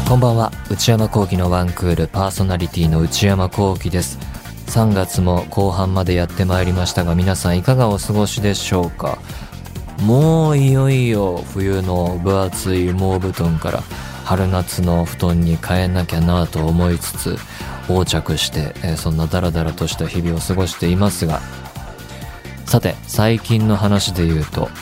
こんばんは。内山聖輝のワンクールパーソナリティの内山聖輝です。3月も後半までやってまいりましたが、皆さんいかがお過ごしでしょうか。もういよいよ冬の分厚い羽毛布団から春夏の布団に変えなきゃなと思いつつ横着して、そんなダラダラとした日々を過ごしていますが、さて最近の話で言うと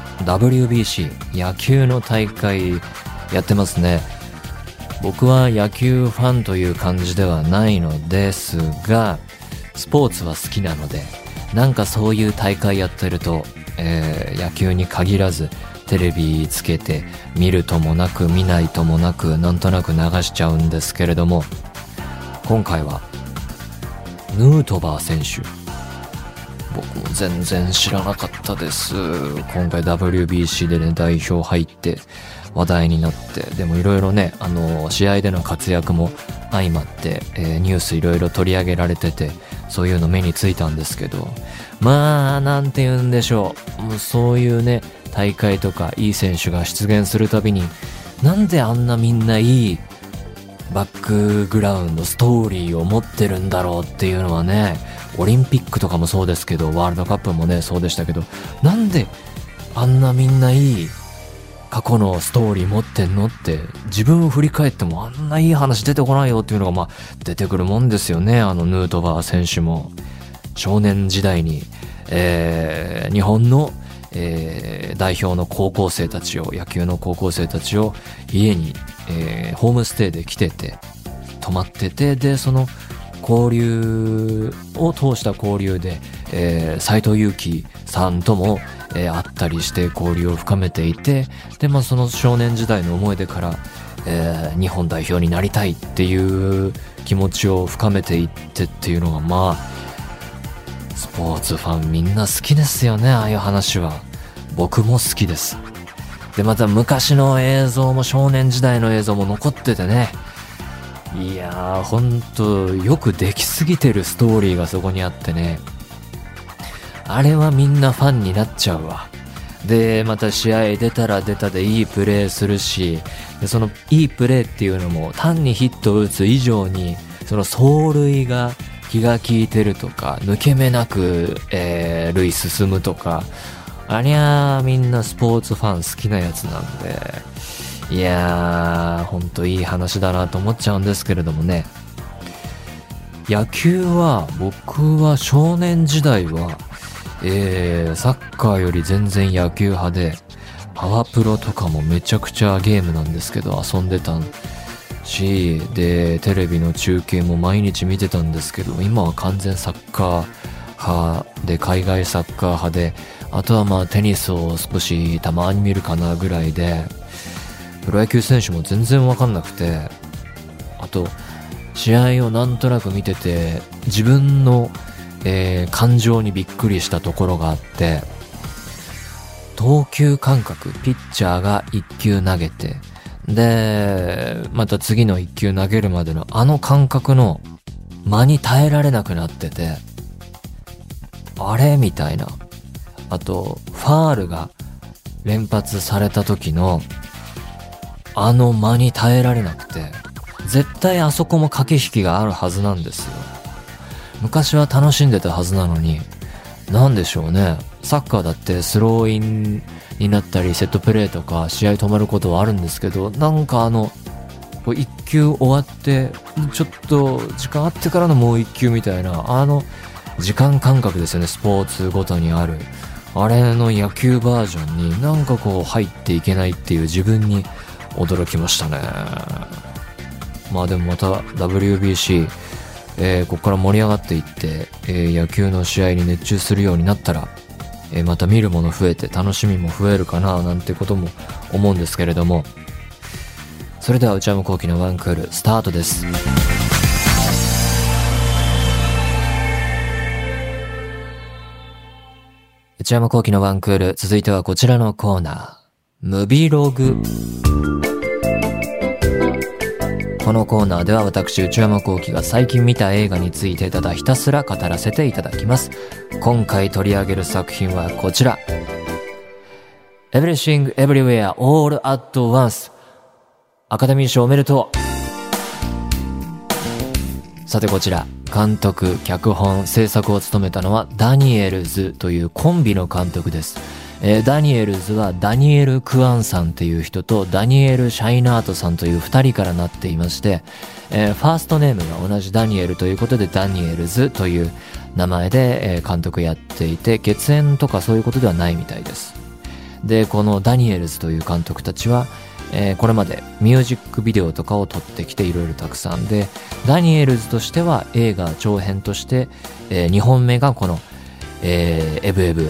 WBC 野球の大会やってますね。僕は野球ファンという感じではないのですが、スポーツは好きなので、なんかそういう大会やってると、野球に限らずテレビつけて見るともなく見ないともなくなんとなく流しちゃうんですけれども、今回はヌートバー選手、僕も全然知らなかったです。今回 WBC でね代表入って話題になって、でもいろいろね試合での活躍も相まって、ニュースいろいろ取り上げられてて、そういうの目についたんですけど、まあなんて言うんでしょう、もうそういうね大会とかいい選手が出現するたびに、なんであんなみんないいバックグラウンドストーリーを持ってるんだろうっていうのはね、オリンピックとかもそうですけど、ワールドカップもねそうでしたけど、なんであんなみんないい過去のストーリー持ってんのって自分を振り返ってもあんないい話出てこないよっていうのがまあ出てくるもんですよね。ヌートバー選手も少年時代に、日本の、代表の高校生たちを、野球の高校生たちを家に、ホームステイで来てて泊まってて、でその交流を通した交流で、斎藤佑樹さんとも、会ったりして交流を深めていて、でその少年時代の思い出から、日本代表になりたいっていう気持ちを深めていってっていうのが、まあスポーツファンみんな好きですよね。ああいう話は僕も好きです。でまた昔の映像も少年時代の映像も残っててね、いやーほんとよくできすぎてるストーリーがそこにあってね、あれはみんなファンになっちゃうわ。でまた試合出たら出たでいいプレーするし、でそのいいプレーっていうのも単にヒットを打つ以上に、その走塁が気が利いてるとか、抜け目なく、塁進むとか、ありゃみんなスポーツファン好きなやつなんで、いやーほんといい話だなと思っちゃうんですけれどもね。野球は僕は少年時代は、サッカーより全然野球派で、パワプロとかもめちゃくちゃゲームなんですけど遊んでたし、でテレビの中継も毎日見てたんですけど、今は完全サッカー派で、海外サッカー派で、あとはまあテニスを少したまに見るかなぐらいで、プロ野球選手も全然わかんなくて、あと試合をなんとなく見てて自分の、感情にびっくりしたところがあって、投球感覚、ピッチャーが1球投げて、でまた次の1球投げるまでのあの感覚の間に耐えられなくなってて、あれみたいな。あとファールが連発された時のあの間に耐えられなくて、絶対あそこも駆け引きがあるはずなんですよ。昔は楽しんでたはずなのに、なんでしょうね。サッカーだってスローインになったりセットプレーとか試合止まることはあるんですけど、なんか一球終わってちょっと時間あってからのもう一球みたいな、時間感覚ですよね。スポーツごとにあるあれの野球バージョンになんかこう入っていけないっていう自分に驚きましたね。まあでもまた WBC、ここから盛り上がっていって、野球の試合に熱中するようになったら、また見るもの増えて楽しみも増えるかななんてことも思うんですけれども、それでは内山聖輝のワンクールスタートです。内山聖輝のワンクール、続いてはこちらのコーナー、ムビログ。このコーナーでは私内山聖輝が最近見た映画についてただひたすら語らせていただきます。今回取り上げる作品はこちら、Everything Everywhere All at Once。アカデミー賞おめでとう。 さてこちら、監督、脚本、制作を務めたのはダニエルズというコンビの監督です。ダニエルズはダニエル・クアンさんという人とダニエル・シャイナートさんという2人からなっていまして、ファーストネームが同じダニエルということでダニエルズという名前で監督やっていて、血縁とかそういうことではないみたいです。で、このダニエルズという監督たちはこれまでミュージックビデオとかを撮ってきていろいろたくさんで、ダニエルズとしては映画長編として、2本目がこの、エブエブ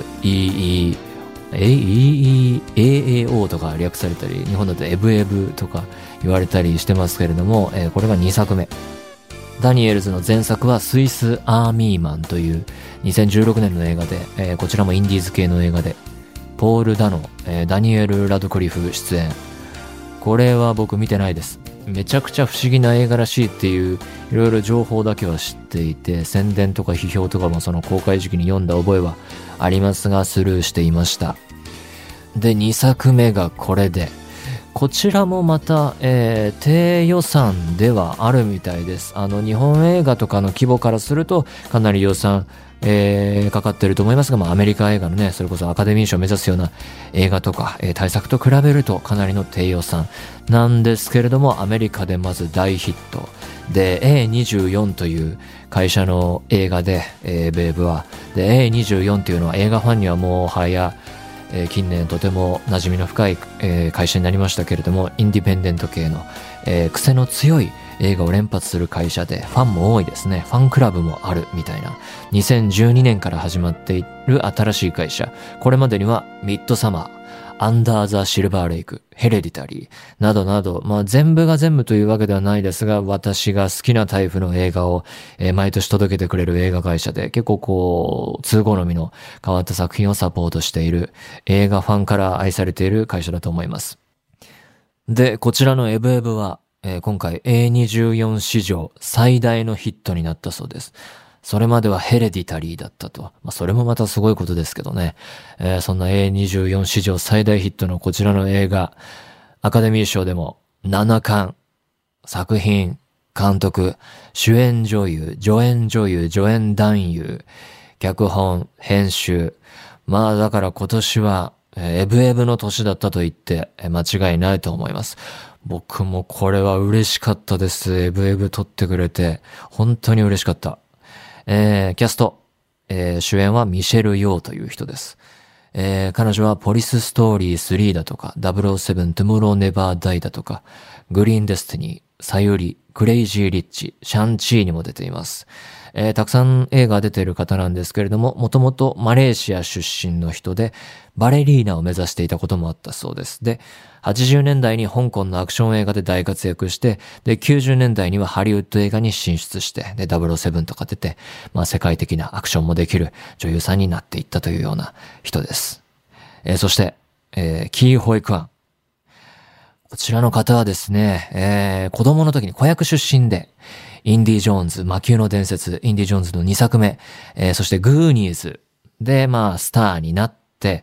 AAO とか略されたり、日本だとエブエブとか言われたりしてますけれども、これが2作目。ダニエルズの前作はスイスアーミーマンという2016年の映画で、こちらもインディーズ系の映画で、ポール・ダノ、ダニエル・ラドクリフ出演。これは僕見てないです。めちゃくちゃ不思議な映画らしいっていういろいろ情報だけは知っていて、宣伝とか批評とかもその公開時期に読んだ覚えはありますがスルーしていました。で、2作目がこれで、こちらもまた、低予算ではあるみたいです。日本映画とかの規模からするとかなり予算かかってると思いますが、アメリカ映画のね、それこそアカデミー賞を目指すような映画とか、大作と比べるとかなりの低予算なんですけれども、アメリカでまず大ヒットで A24 という会社の映画で、ベーブはで A24 というのは映画ファンにはもはや近年とても馴染みの深い、会社になりましたけれども、インディペンデント系の、癖の強い映画を連発する会社で、ファンも多いですね。ファンクラブもあるみたいな。2012年から始まっている新しい会社。これまでにはミッドサマー、アンダーザ・シルバーレイク、ヘレディタリーなどなど、全部が全部というわけではないですが、私が好きなタイプの映画を、毎年届けてくれる映画会社で、結構こう通好みの変わった作品をサポートしている映画ファンから愛されている会社だと思います。で、こちらのエブエブは、今回 A24 史上最大のヒットになったそうです。それまではヘレディタリーだったと。それもまたすごいことですけどね。そんな A24 史上最大ヒットのこちらの映画、アカデミー賞でも7冠、作品、監督、主演女優、助演女優、助演男優、脚本、編集。だから今年は、エブエブの年だったと言って間違いないと思います。僕もこれは嬉しかったです。エブエブ撮ってくれて、本当に嬉しかった。キャスト、主演はミシェル・ヨーという人です。彼女はポリスストーリー3だとか、007トゥモローネバーダイだとか、グリーンデスティニー、サユリ、クレイジー・リッチ、シャンチーにも出ています。たくさん映画出ている方なんですけれども、もともとマレーシア出身の人で、バレリーナを目指していたこともあったそうです。で、80年代に香港のアクション映画で大活躍して、で、90年代にはハリウッド映画に進出して、で、007とか出て、世界的なアクションもできる女優さんになっていったというような人です。そして、キー・ホイ・クアン。こちらの方はですね、子供の時に子役出身で、インディ・ジョーンズ、魔球の伝説、インディ・ジョーンズの2作目、そしてグーニーズで、スターになって、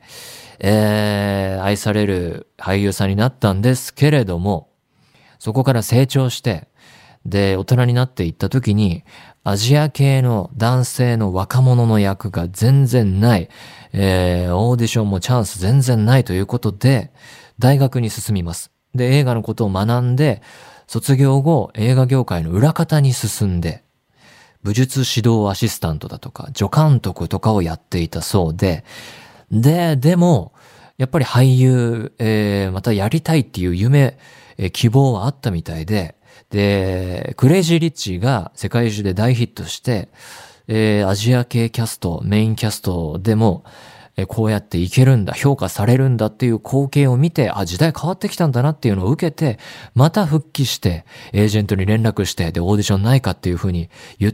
愛される俳優さんになったんですけれども、そこから成長して、で、大人になっていった時に、アジア系の男性の若者の役が全然ない、オーディションもチャンス全然ないということで、大学に進みます。で、映画のことを学んで、卒業後、映画業界の裏方に進んで、武術指導アシスタントだとか、助監督とかをやっていたそうで、でも、やっぱり俳優、またやりたいっていう夢、希望はあったみたいで、で、クレイジー・リッチが世界中で大ヒットして、アジア系キャスト、メインキャストでも、こうやっていけるんだ、評価されるんだっていう光景を見て、時代変わってきたんだなっていうのを受けて、また復帰して、エージェントに連絡して、で、オーディションないかっていうふうに言って、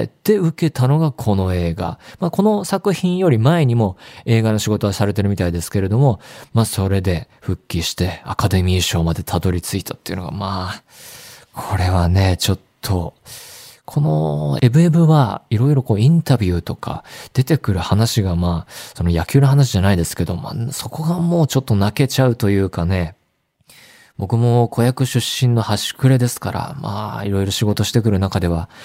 で、受けたのがこの映画。この作品より前にも映画の仕事はされてるみたいですけれども、それで復帰して、アカデミー賞までたどり着いたっていうのが、これはね、ちょっと、このエブエブはいろいろインタビューとか出てくる話がその野球の話じゃないですけど、そこがもうちょっと泣けちゃうというかね、僕も子役出身の端くれですから、いろいろ仕事してくる中では、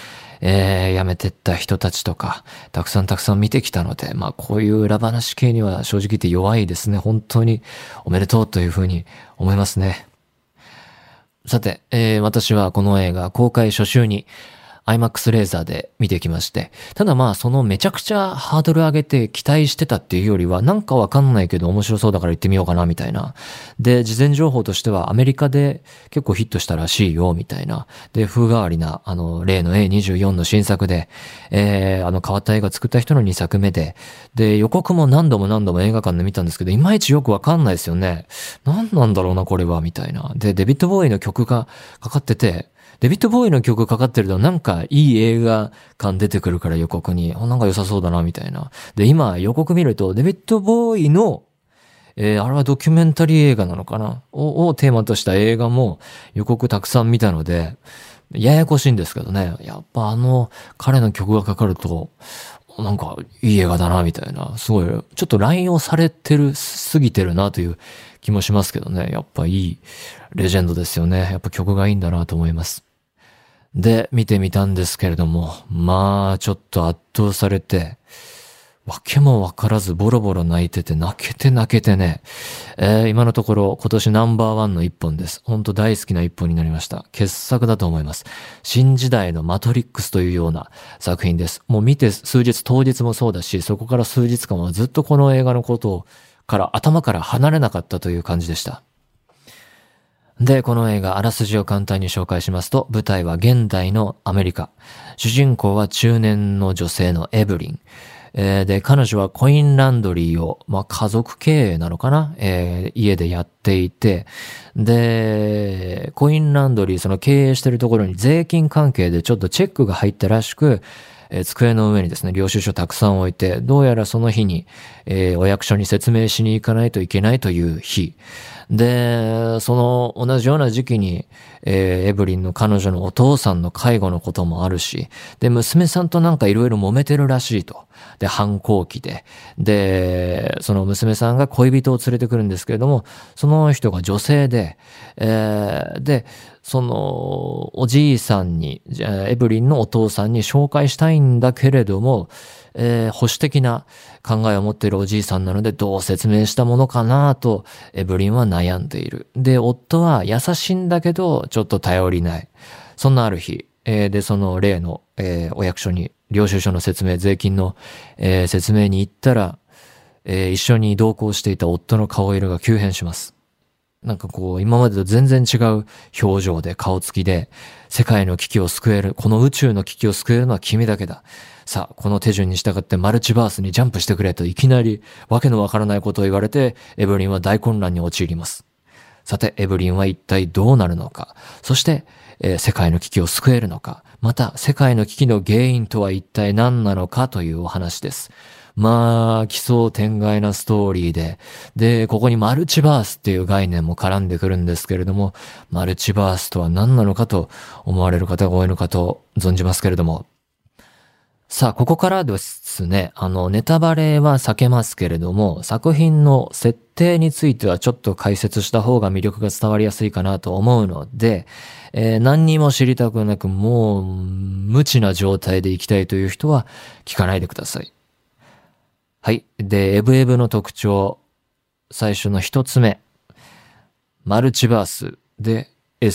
辞めてった人たちとか、たくさん見てきたので、こういう裏話系には正直言って弱いですね。本当におめでとうというふうに思いますね。さて、私はこの映画公開初週にIMAX レーザーで見てきまして、ただそのめちゃくちゃハードル上げて期待してたっていうよりは、なんかわかんないけど面白そうだから行ってみようかなみたいな。で、事前情報としてはアメリカで結構ヒットしたらしいよみたいな。で、風変わりな例の A24 の新作で、変わった映画作った人の2作目で、で、予告も何度も映画館で見たんですけど、いまいちよくわかんないですよね。何なんだろうなこれはみたいな。で、デビッド・ボーイの曲がかかってて、デビッド・ボーイの曲かかってるとなんかいい映画感出てくるから予告に、なんか良さそうだなみたいな。で、今予告見るとデビッド・ボーイの、あれはドキュメンタリー映画なのかなをテーマとした映画も予告たくさん見たので、ややこしいんですけどね。やっぱ彼の曲がかかると、なんかいい映画だなみたいな。すごい、ちょっと乱用されてる、すぎてるなという気もしますけどね。やっぱいいレジェンドですよね。やっぱ曲がいいんだなと思います。で、見てみたんですけれども、ちょっと圧倒されて、わけもわからずボロボロ泣いてて、泣けてね、今のところ今年ナンバーワンの一本です。ほんと大好きな一本になりました。傑作だと思います。新時代のマトリックスというような作品です。もう見て数日、当日もそうだし、そこから数日間はずっとこの映画のことから頭から離れなかったという感じでした。で、この映画、あらすじを簡単に紹介しますと、舞台は現代のアメリカ。主人公は中年の女性のエブリン。で、彼女はコインランドリーを、家族経営なのかな、家でやっていて、で、コインランドリー、その経営してるところに税金関係でちょっとチェックが入ったらしく、机の上にですね、領収書たくさん置いて、どうやらその日に、お役所に説明しに行かないといけないという日。で、その同じような時期に、エブリンの彼女のお父さんの介護のこともあるし、で、娘さんとなんかいろいろ揉めてるらしいと。で、反抗期で。で、その娘さんが恋人を連れてくるんですけれども、その人が女性で、で、そのおじいさんに、エブリンのお父さんに紹介したいんだけれども、保守的な考えを持っているおじいさんなのでどう説明したものかなとエブリンは悩んでいる。で、夫は優しいんだけどちょっと頼りない。そんなある日、で、その例の、お役所に領収書の説明、税金の、説明に行ったら、一緒に同行していた夫の顔色が急変します。なんかこう、今までと全然違う表情で顔つきで、世界の危機を救える、この宇宙の危機を救えるのは君だけだ。さあ、この手順に従ってマルチバースにジャンプしてくれといきなりわけのわからないことを言われて、エブリンは大混乱に陥ります。さて、エブリンは一体どうなるのか。そして、世界の危機を救えるのか。また、世界の危機の原因とは一体何なのかというお話です。奇想天外なストーリーで、ここにマルチバースっていう概念も絡んでくるんですけれども、マルチバースとは何なのかと思われる方が多いのかと存じますけれども。さあ、ここからですね、ネタバレは避けますけれども、作品の設定についてはちょっと解説した方が魅力が伝わりやすいかなと思うので、何にも知りたくなく、もう無知な状態で行きたいという人は聞かないでください。はい。で、エブエブの特徴、最初の一つ目。マルチバースで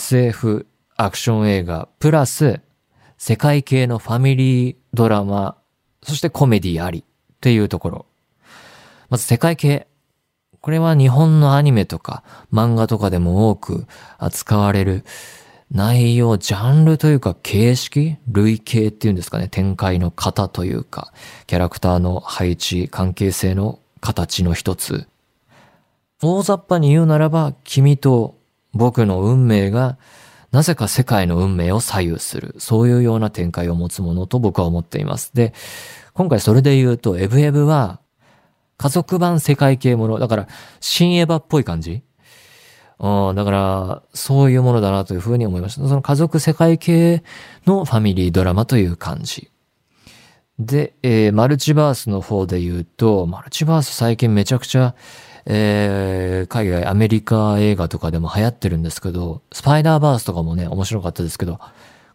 SF アクション映画プラス世界系のファミリードラマ、そしてコメディありっていうところ。まず世界系。これは日本のアニメとか漫画とかでも多く扱われる内容、ジャンルというか形式、類型っていうんですかね、展開の型というか、キャラクターの配置、関係性の形の一つ。大雑把に言うならば、君と僕の運命がなぜか世界の運命を左右する。そういうような展開を持つものと僕は思っています。で、今回それで言うと、エブエブは家族版世界系もの。だから、新エヴァっぽい感じ。だから、そういうものだなというふうに思いました。その家族世界系のファミリードラマという感じ。で、マルチバースの方で言うと、マルチバース最近めちゃくちゃ、海外、アメリカ映画とかでも流行ってるんですけど、スパイダーバースとかもね、面白かったですけど、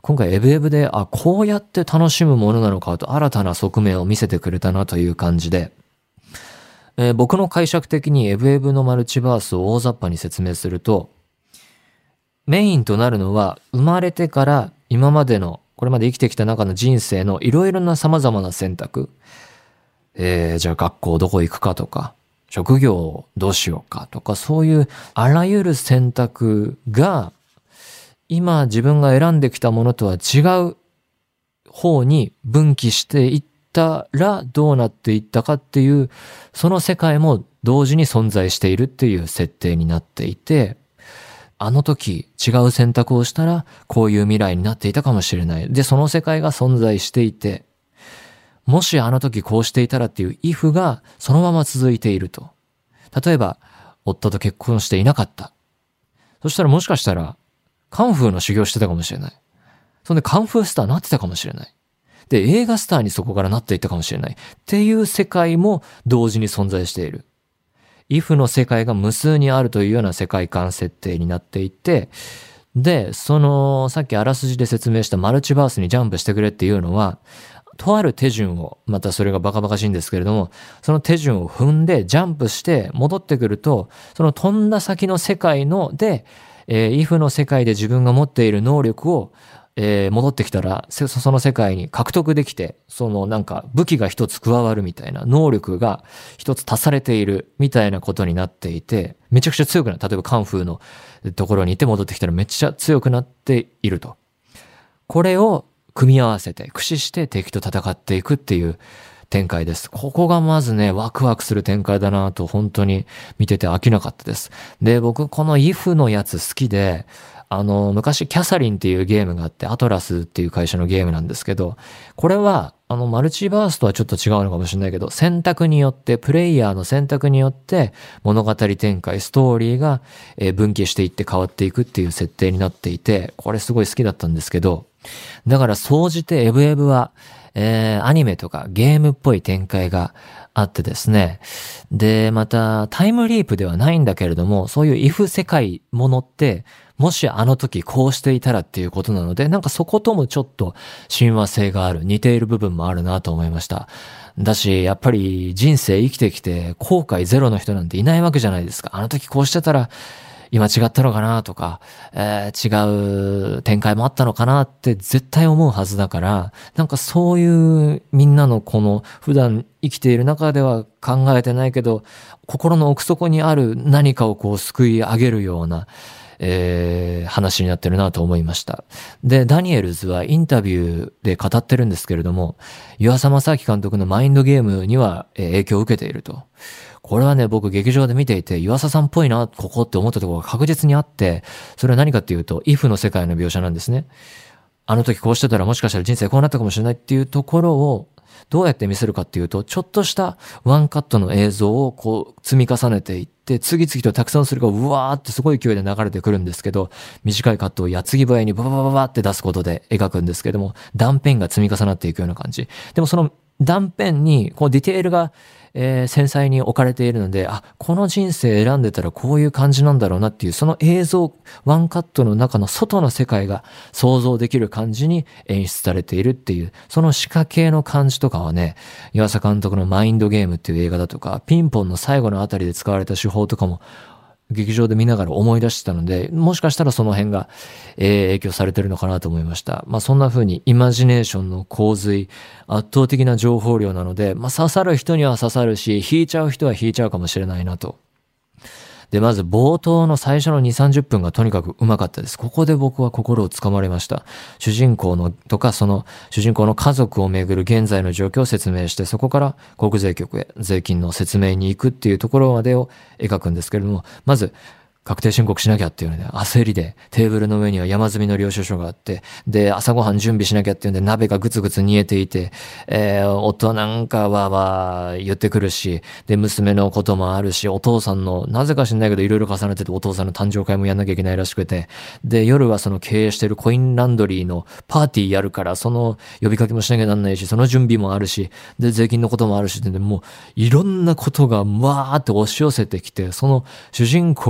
今回エブエブで、こうやって楽しむものなのかと新たな側面を見せてくれたなという感じで、僕の解釈的にエブエブのマルチバースを大雑把に説明すると、メインとなるのは生まれてから今までのこれまで生きてきた中の人生のいろいろな様々な選択、じゃあ学校どこ行くかとか、職業どうしようかとか、そういうあらゆる選択が今自分が選んできたものとは違う方に分岐していったらどうなっていったかっていう、その世界も同時に存在しているっていう設定になっていて、あの時違う選択をしたらこういう未来になっていたかもしれない。で、その世界が存在していて、もしあの時こうしていたらっていう if がそのまま続いていると。例えば、夫と結婚していなかった。そしたらもしかしたらカンフーの修行してたかもしれない。そんでカンフースターになってたかもしれない。で、映画スターにそこからなっていったかもしれない。っていう世界も同時に存在している。if の世界が無数にあるというような世界観設定になっていて、で、さっきあらすじで説明したマルチバースにジャンプしてくれっていうのは、とある手順を、またそれがバカバカしいんですけれども、その手順を踏んでジャンプして戻ってくると、その飛んだ先の世界で、if の世界で自分が持っている能力を、戻ってきたら、その世界に獲得できて、武器が一つ加わるみたいな、能力が一つ足されているみたいなことになっていて、めちゃくちゃ強くなる。例えばカンフーのところにいて戻ってきたらめっちゃ強くなっていると。これを組み合わせて、駆使して敵と戦っていくっていう展開です。ここがまずね、ワクワクする展開だなと本当に見てて飽きなかったです。で、僕この if のやつ好きで、昔キャサリンっていうゲームがあって、アトラスっていう会社のゲームなんですけど、これはマルチバースとはちょっと違うのかもしれないけど、選択によって、プレイヤーの選択によって物語展開、ストーリーが分岐していって変わっていくっていう設定になっていて、これすごい好きだったんですけど、だから総じてエブエブは、アニメとかゲームっぽい展開があってですね。で、またタイムリープではないんだけれども、そういう if 世界ものって、もしあの時こうしていたらっていうことなので、そこともちょっと親和性がある、似ている部分もあるなと思いました。だし、やっぱり人生生きてきて後悔ゼロの人なんていないわけじゃないですか。あの時こうしてたら今違ったのかなとか、違う展開もあったのかなって絶対思うはずだから、そういうみんなのこの普段生きている中では考えてないけど、心の奥底にある何かを救い上げるような、話になってるなと思いました。で、ダニエルズはインタビューで語ってるんですけれども、湯浅正明監督のマインドゲームには影響を受けていると。これはね、僕劇場で見ていて、湯浅さんっぽいな、ここって思ったところが確実にあって、それは何かっていうと、if の世界の描写なんですね。あの時こうしてたらもしかしたら人生こうなったかもしれないっていうところを、どうやって見せるかっていうと、ちょっとしたワンカットの映像を積み重ねていって、次々とたくさんそれがうわーってすごい勢いで流れてくるんですけど、短いカットを矢継ぎ早にバババババって出すことで描くんですけども、断片が積み重なっていくような感じ。でもその断片にディテールが繊細に置かれているので、この人生選んでたらこういう感じなんだろうなっていう、その映像、ワンカットの中の外の世界が想像できる感じに演出されているっていう、その仕掛けの感じとかはね、湯浅監督のマインドゲームっていう映画だとか、ピンポンの最後のあたりで使われた手法とかも、劇場で見ながら思い出してたので、もしかしたらその辺が、影響されてるのかなと思いました。そんな風にイマジネーションの洪水、圧倒的な情報量なので、刺さる人には刺さるし、引いちゃう人は引いちゃうかもしれないなと。で、まず冒頭の最初の2、30分がとにかくうまかったです。ここで僕は心をつかまれました。主人公の家族をめぐる現在の状況を説明して、そこから国税局へ税金の説明に行くっていうところまでを描くんですけれども、まず、確定申告しなきゃっていうので、焦りでテーブルの上には山積みの領収書があって、で、朝ごはん準備しなきゃっていうんで鍋がぐつぐつ煮えていて、夫はなんかは言ってくるし、で、娘のこともあるし、お父さんの、なぜか知んないけどいろいろ重ねててお父さんの誕生会もやんなきゃいけないらしくて、で、夜はその経営してるコインランドリーのパーティーやるから、その呼びかけもしなきゃなんないし、その準備もあるし、で、税金のこともあるし、で、もういろんなことがわーって押し寄せてきて、その主人公を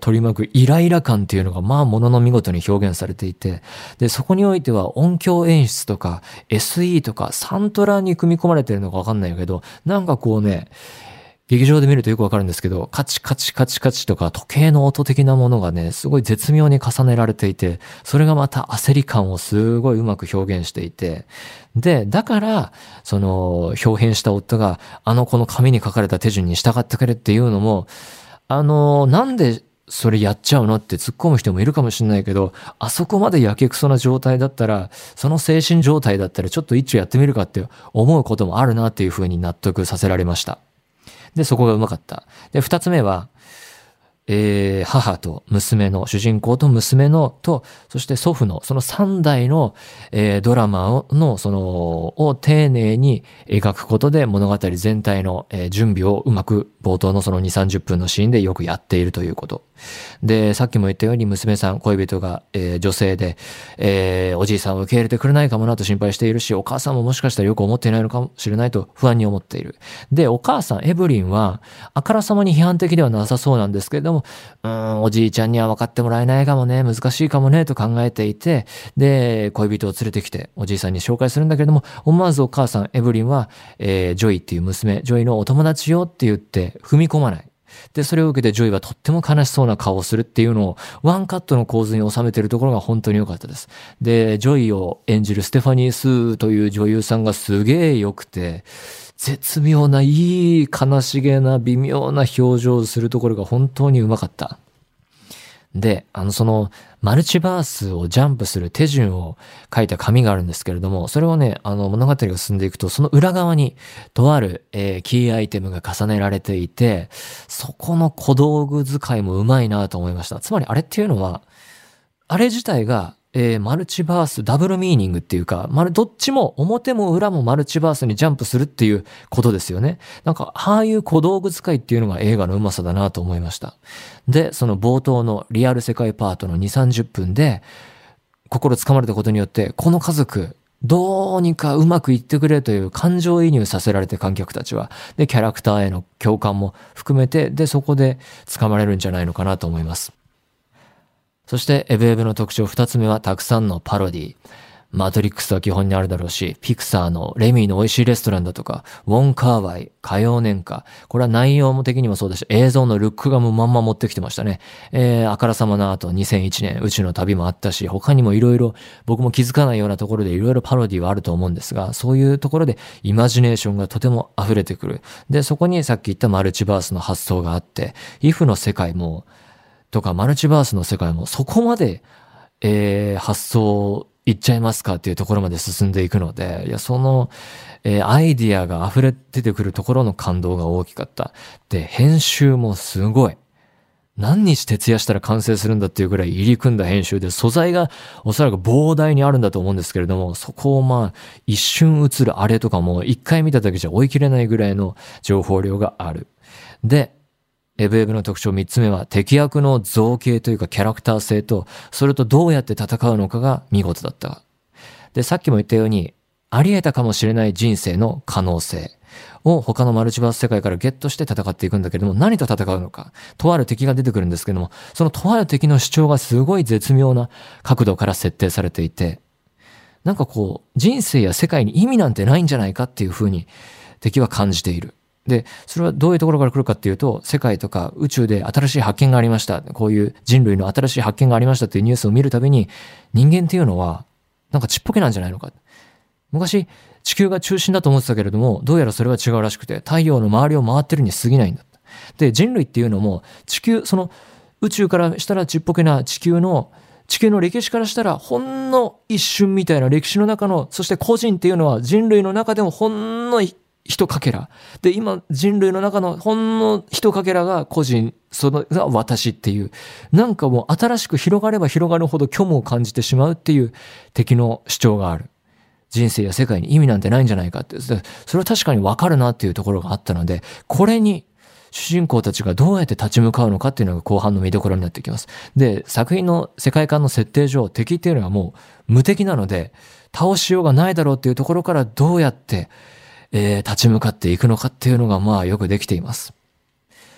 取り巻くイライラ感っていうのがまあものの見事に表現されていて、で、そこにおいては音響演出とか SE とかサントラに組み込まれてるのかわかんないけど、なんかこうね、劇場で見るとよくわかるんですけど、カチカチカチカチとか時計の音的なものがね、すごい絶妙に重ねられていて、それがまた焦り感をすごいうまく表現していて、で、だから、表変した夫が、この紙に書かれた手順に従ってくれっていうのも、なんでそれやっちゃうのって突っ込む人もいるかもしれないけど、あそこまでやけくそな状態だったら、その精神状態だったらちょっと一応やってみるかって思うこともあるなっていうふうに納得させられました。で、そこがうまかった。で、二つ目は、母と娘の、主人公と娘のと、そして祖父の、その三代の、ドラマの、を丁寧に描くことで物語全体の、準備をうまく冒頭のその2、30分のシーンでよくやっているということ。で、さっきも言ったように娘さん、恋人が、女性で、おじいさんを受け入れてくれないかもなと心配しているし、お母さんももしかしたらよく思っていないのかもしれないと不安に思っている。で、お母さん、エブリンは、あからさまに批判的ではなさそうなんですけれども、おじいちゃんには分かってもらえないかもね、難しいかもね、と考えていて、で、恋人を連れてきて、おじいさんに紹介するんだけれども、思わずお母さん、エブリンは、ジョイっていう娘、ジョイのお友達よって言って踏み込まない。で、それを受けてジョイはとっても悲しそうな顔をするっていうのをワンカットの構図に収めているところが本当に良かったです。で、ジョイを演じるステファニー・スーという女優さんがすげえ良くて、絶妙ないい悲しげな微妙な表情をするところが本当にうまかった。で、マルチバースをジャンプする手順を書いた紙があるんですけれども、それをね、物語が進んでいくと、その裏側に、とある、キーアイテムが重ねられていて、そこの小道具使いもうまいなと思いました。つまりあれっていうのは、あれ自体が、マルチバース、ダブルミーニングっていうか、どっちも表も裏もマルチバースにジャンプするっていうことですよね。なんか、ああいう小道具使いっていうのが映画のうまさだなと思いました。で、その冒頭のリアル世界パートの2、30分で、心つかまれたことによって、この家族、どうにかうまくいってくれという感情移入させられて観客たちは。で、キャラクターへの共感も含めて、で、そこでつかまれるんじゃないのかなと思います。そして、エブエブの特徴二つ目はたくさんのパロディ。マトリックスは基本にあるだろうし、ピクサーのレミーの美味しいレストランだとか、ウォン・カーワイ、歌謡年歌。これは内容も的にもそうだし、映像のルックがもうまんま持ってきてましたね。あからさまな後2001年宇宙の旅もあったし、他にもいろいろ僕も気づかないようなところでいろいろパロディはあると思うんですが、そういうところでイマジネーションがとても溢れてくる。で、そこにさっき言ったマルチバースの発想があって、イフの世界も、とかマルチバースの世界もそこまで、発想いっちゃいますかっていうところまで進んでいくので、いや、アイディアが溢れ出てくるところの感動が大きかった。で、編集もすごい。何日徹夜したら完成するんだっていうぐらい入り組んだ編集で、素材がおそらく膨大にあるんだと思うんですけれども、そこを一瞬映るあれとかも一回見ただけじゃ追い切れないぐらいの情報量がある。で、エブエブの特徴3つ目は敵役の造形というかキャラクター性と、それとどうやって戦うのかが見事だった。で、さっきも言ったように、あり得たかもしれない人生の可能性を他のマルチバース世界からゲットして戦っていくんだけれども、何と戦うのか、とある敵が出てくるんですけれども、そのとある敵の主張がすごい絶妙な角度から設定されていて、なんかこう、人生や世界に意味なんてないんじゃないかっていうふうに敵は感じている。で、それはどういうところから来るかっていうと、世界とか宇宙で新しい発見がありました。こういう人類の新しい発見がありましたっていうニュースを見るたびに、人間っていうのは、なんかちっぽけなんじゃないのか。昔、地球が中心だと思ってたけれども、どうやらそれは違うらしくて、太陽の周りを回ってるに過ぎないんだ。で、人類っていうのも、宇宙からしたらちっぽけな地球の歴史からしたらほんの一瞬みたいな歴史の中の、そして個人っていうのは人類の中でもほんの一かけら。で、今人類の中のほんの一かけらが個人、が私っていう。なんかもう新しく広がれば広がるほど虚無を感じてしまうっていう敵の主張がある。人生や世界に意味なんてないんじゃないかって。それは確かにわかるなっていうところがあったので、これに主人公たちがどうやって立ち向かうのかっていうのが後半の見どころになってきます。で、作品の世界観の設定上、敵っていうのはもう無敵なので、倒しようがないだろうっていうところからどうやって立ち向かっていくのかっていうのがよくできています。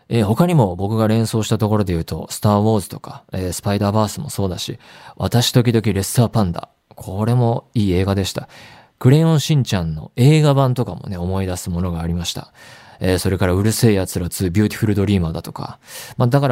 他にも僕が連想したところで言うと、スター・ウォーズとか、スパイダーバースもそうだし、私時々レッサーパンダ。これもいい映画でした。クレヨンしんちゃんの映画版とかもね、思い出すものがありました。それからうるせえ奴ら2、ビューティフルドリーマーだとか。だから、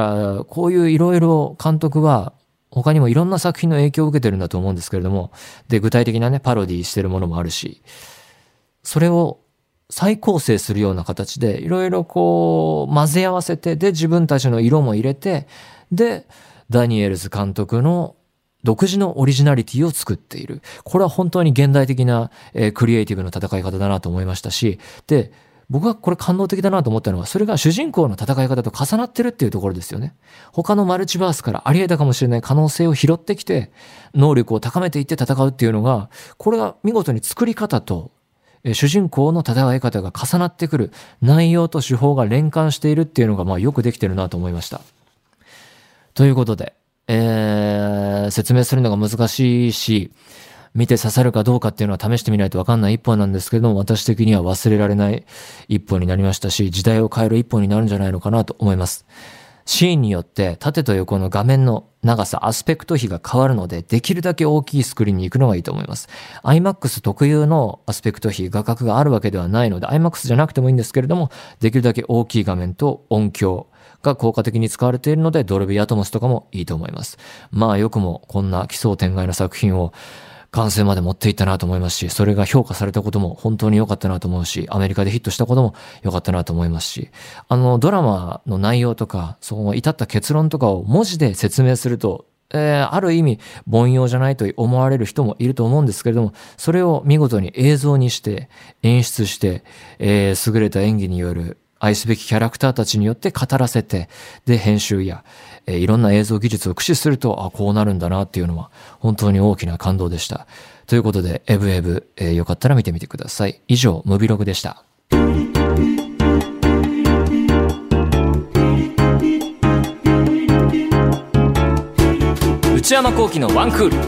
こういういろいろ監督は、他にもいろんな作品の影響を受けてるんだと思うんですけれども、で、具体的なね、パロディしてるものもあるし、それを再構成するような形で、いろいろこう、混ぜ合わせて、で、自分たちの色も入れて、で、ダニエルズ監督の独自のオリジナリティを作っている。これは本当に現代的な、クリエイティブな戦い方だなと思いましたし、で、僕はこれ感動的だなと思ったのは、それが主人公の戦い方と重なってるっていうところですよね。他のマルチバースからあり得たかもしれない可能性を拾ってきて、能力を高めていって戦うっていうのが、これが見事に作り方と、主人公の戦い方が重なってくる、内容と手法が連関しているっていうのが、よくできてるなと思いました。ということで、説明するのが難しいし、見て刺さるかどうかっていうのは試してみないと分かんない一本なんですけれども、私的には忘れられない一本になりましたし、時代を変える一本になるんじゃないのかなと思います。シーンによって縦と横の画面の長さ、アスペクト比が変わるので、できるだけ大きいスクリーンに行くのがいいと思います。IMAX 特有のアスペクト比、画角があるわけではないので、IMAX じゃなくてもいいんですけれども、できるだけ大きい画面と音響が効果的に使われているので、ドルビーアトモスとかもいいと思います。よくもこんな奇想天外な作品を完成まで持っていったなと思いますし、それが評価されたことも本当に良かったなと思うし、アメリカでヒットしたことも良かったなと思いますし、ドラマの内容とか、その至った結論とかを文字で説明すると、ある意味凡庸じゃないと思われる人もいると思うんですけれども、それを見事に映像にして演出して、優れた演技による愛すべきキャラクターたちによって語らせて、で編集やいろんな映像技術を駆使すると、こうなるんだなっていうのは本当に大きな感動でした。ということで、エブエブ、よかったら見てみてください。以上、ムビログでした。内山聖輝のワンクール。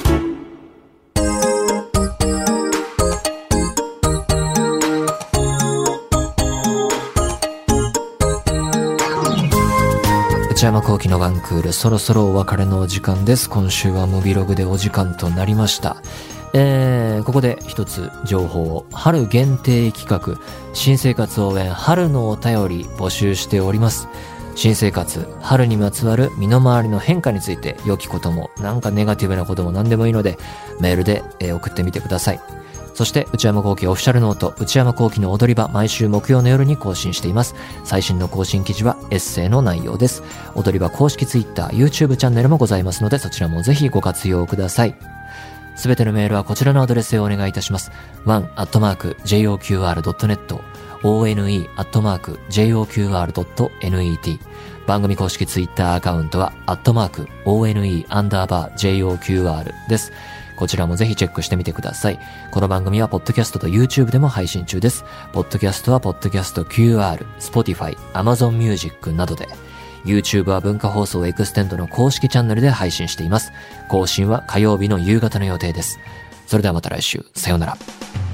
内山聖輝のワンクール、そろそろお別れのお時間です。今週はムビログでお時間となりました。ここで一つ情報を。春限定企画、新生活応援春のお便り募集しております。新生活、春にまつわる身の回りの変化について、良きこともなんかネガティブなことも何でもいいのでメールで送ってみてください。そして内山聖輝オフィシャルノート、内山聖輝の踊り場、毎週木曜の夜に更新しています。最新の更新記事はエッセイの内容です。踊り場公式 Twitter、YouTube チャンネルもございますので、そちらもぜひご活用ください。すべてのメールはこちらのアドレスへお願いいたします。one@joqr.net one@joqr.net 番組公式 Twitter アカウントは@one_joqr です。こちらもぜひチェックしてみてください。この番組はポッドキャストと YouTube でも配信中です。ポッドキャストはポッドキャスト QR、Spotify、Amazon Music などで、YouTube は文化放送エクステンドの公式チャンネルで配信しています。更新は火曜日の夕方の予定です。それではまた来週。さようなら。